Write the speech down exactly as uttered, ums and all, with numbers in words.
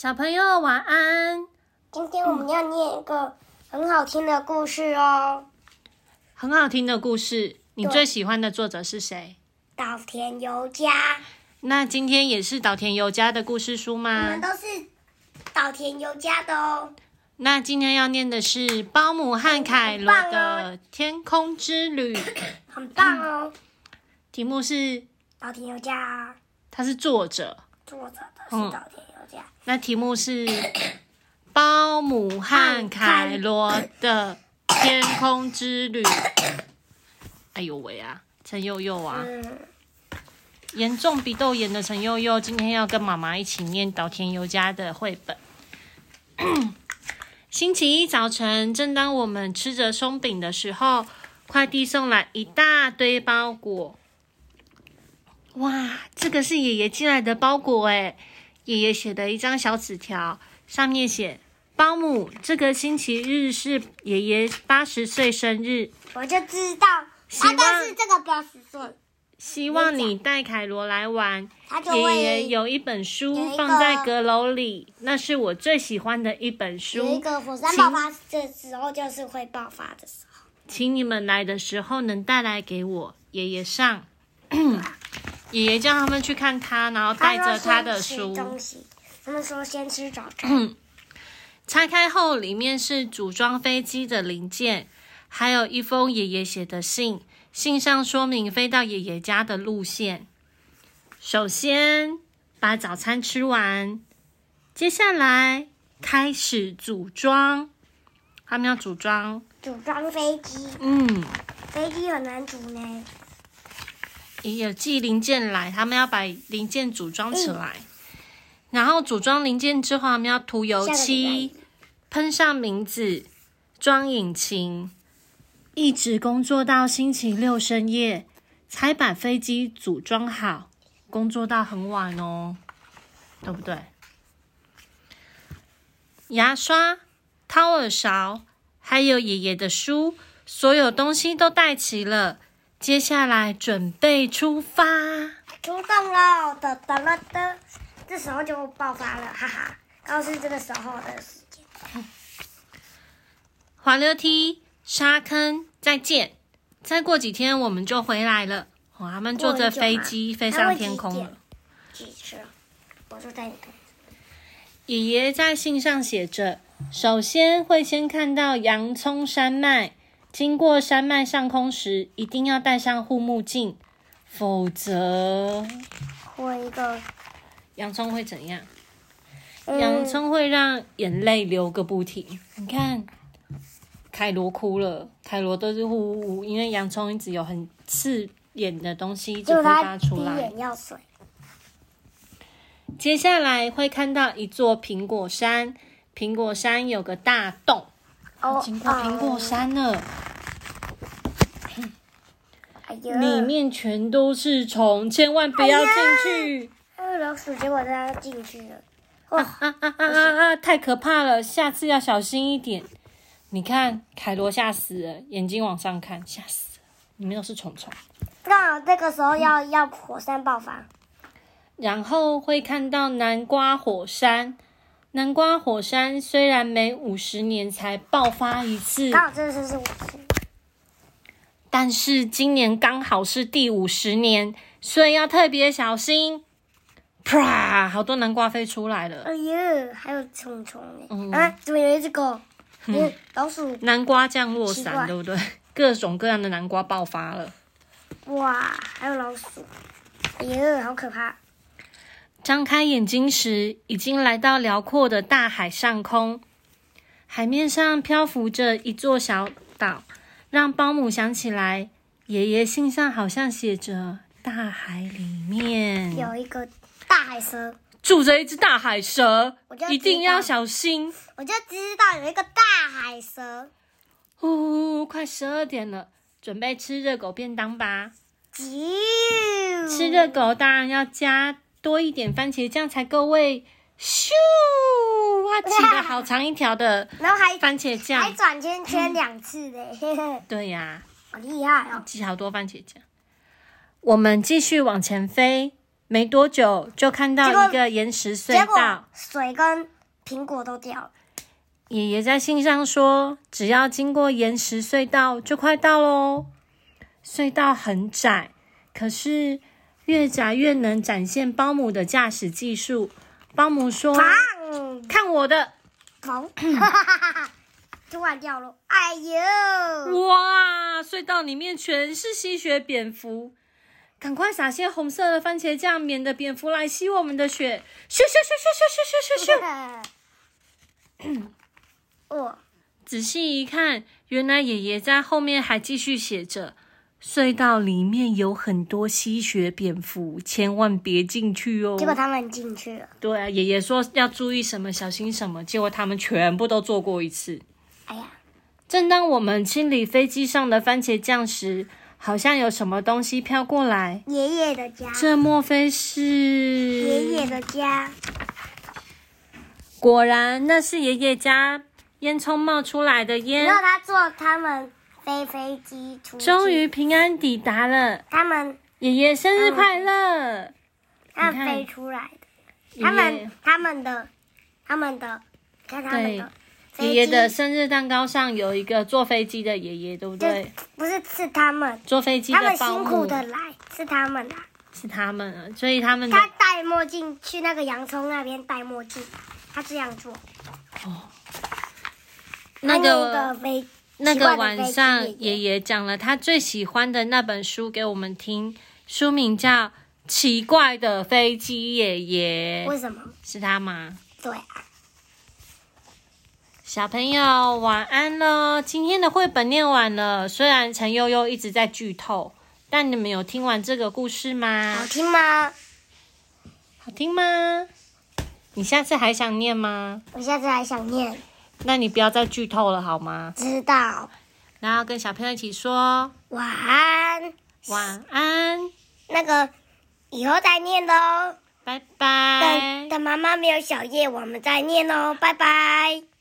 小朋友晚安。 今天我们要念一个很好听的故事哦。 很好听的故事，你最喜欢的作者是谁？ 岛田由佳。 那今天也是岛田由佳的故事书吗？ 我们都是岛田由佳的哦。 那今天要念的是包姆和凯罗的天空之旅， 很棒哦。 题目是岛田由佳， 他是作者， 作者的是岛田由佳。 嗯、那题目是包姆和凯罗的天空之旅。哎呦喂啊，陈佑佑啊！ 嗯严重鼻窦炎的陈佑佑今天要跟妈妈一起念岛田由佳的绘本。星期一早晨，正当我们吃着松饼的时候，快递送来一大堆包裹。哇，这个是爷爷寄来的包裹诶！爷爷写的一张小纸条，上面写：包姆，这个星期日是爷爷八十岁生日。 我就知道，大概是这个八十岁。 希望你带凯罗来玩。 他就会爷爷有一本书放在阁楼里，那是我最喜欢的一本书。 有一个火山爆发的时候，就是会爆发的时候。 请你们来的时候能带来给我。爷爷上，爷爷叫他们去看他，然后带着他的书。 他, 他们说先吃早餐。 拆开后，里面是组装飞机的零件，还有一封爷爷写的信。信上说明飞到爷爷家的路线。首先把早餐吃完，接下来开始组装。他们要组装组装飞机。 嗯， 飞机很难组呢。 也有寄零件来，他们要把零件组装起来。嗯、然后组装零件之后，他们要涂油漆，喷上名字，装引擎。一直工作到星期六深夜，才把飞机组装好，工作到很晚哦，对不对？牙刷、掏耳勺，还有爷爷的书，所有东西都带齐了。接下来准备出发， 出动喽！哒哒啦哒，这时候就爆发了，哈哈！刚是这个时候的时间。 滑溜梯。沙坑，再见！再过几天我们就回来了。哇，他们坐着飞机飞上天空了。 几次？我就在你看。 爷爷在信上写着：首先会先看到洋葱山脉，经过山脉上空时，一定要戴上护目镜，否则会一个洋葱会怎样？嗯、洋葱会让眼泪流个不停。你看。凯罗哭了，凯罗都是呼呼呼，因为洋葱一直有很刺眼的东西一直挥发出来。 眼药水。 接下来会看到一座苹果山，苹果山有个大洞。哦，经过苹果山了， 哎呦， 里面全都是虫，千万不要进去。 还有老鼠，结果它进去了。 啊啊啊啊啊啊！太可怕了，下次要小心一点。你看，凯罗吓死了，眼睛往上看，吓死了，里面都是虫虫。 刚好这个时候要、嗯、要火山爆发， 然后会看到南瓜火山。南瓜火山虽然每五十年才爆发一次， 刚好这次是五十， 但是今年刚好是第五十年，所以要特别小心。啪！好多南瓜飞出来了。 哎呦，还有虫虫呢！嗯、啊，怎么有一只狗？嗯，老鼠。 南瓜降落伞，对不对？各种各样的南瓜爆发了。 哇，还有老鼠！哎呦，好可怕！ 张开眼睛时，已经来到辽阔的大海上空。海面上漂浮着一座小岛，让包姆想起来，爷爷信上好像写着：大海里面有一个大海蛇。 住着一只大海蛇，一定要小心。 我就知道有一个大海蛇。 呼，快十二点了，准备吃热狗便当吧。吃热狗当然要加多一点番茄酱才够味。咻，哇，起了好长一条的番茄酱， 还转圈圈两次嘞。 对呀、 啊，好厉害哦！ 挤好多番茄酱。我们继续往前飞。 没多久就看到一个岩石隧结果道， 水跟苹果都掉了。 爷爷在信上说，只要经过岩石隧道就快到咯。隧道很窄，可是越窄越能展现包姆的驾驶技术。包姆说：“看我的！” 砰！突然掉落，哎呦！ 哇，隧道里面全是吸血蝙蝠，赶快撒些红色的番茄酱，免得蝙蝠来吸我们的血！咻咻咻咻咻咻咻咻！ 哦， 仔细一看，原来爷爷在后面还继续写着：隧道里面有很多吸血蝙蝠，千万别进去哦。 结果他们进去了。 对啊，爷爷说要注意什么，小心什么，结果他们全部都做过一次。 哎呀！ 正当我们清理飞机上的番茄酱时，好像有什么东西飘过来。 爷爷的家。 这莫非是爷爷的家？ 果然，那是爷爷家烟囱冒出来的烟。 然后他坐他们飞飞机出去。 终于平安抵达了。 他们爷爷生日快乐！ 他们飞出来的，他们他们的他们的，看他们的。 爷爷的生日蛋糕上有一个坐飞机的爷爷，对不对？ 不是，是他们坐飞机的保姆。 他们辛苦的来，是他们的。 是他们啊，所以他们的他戴墨镜去那个洋葱那边戴墨镜，他这样做。 哦，那个飞那个晚上，爷爷讲了他最喜欢的那本书给我们听，书名叫《奇怪的飞机爷爷》。 为什么？ 是他吗？ 对啊。 小朋友晚安咯，今天的绘本念完了，虽然陈悠悠一直在剧透，但你们有听完这个故事吗？ 好听吗？ 好听吗？你下次还想念吗？ 我下次还想念。 那你不要再剧透了好吗？ 知道。 然后跟小朋友一起说晚安。 晚安。 那个以后再念咯。 拜拜。 等等妈妈没有小夜，我们再念咯。拜拜。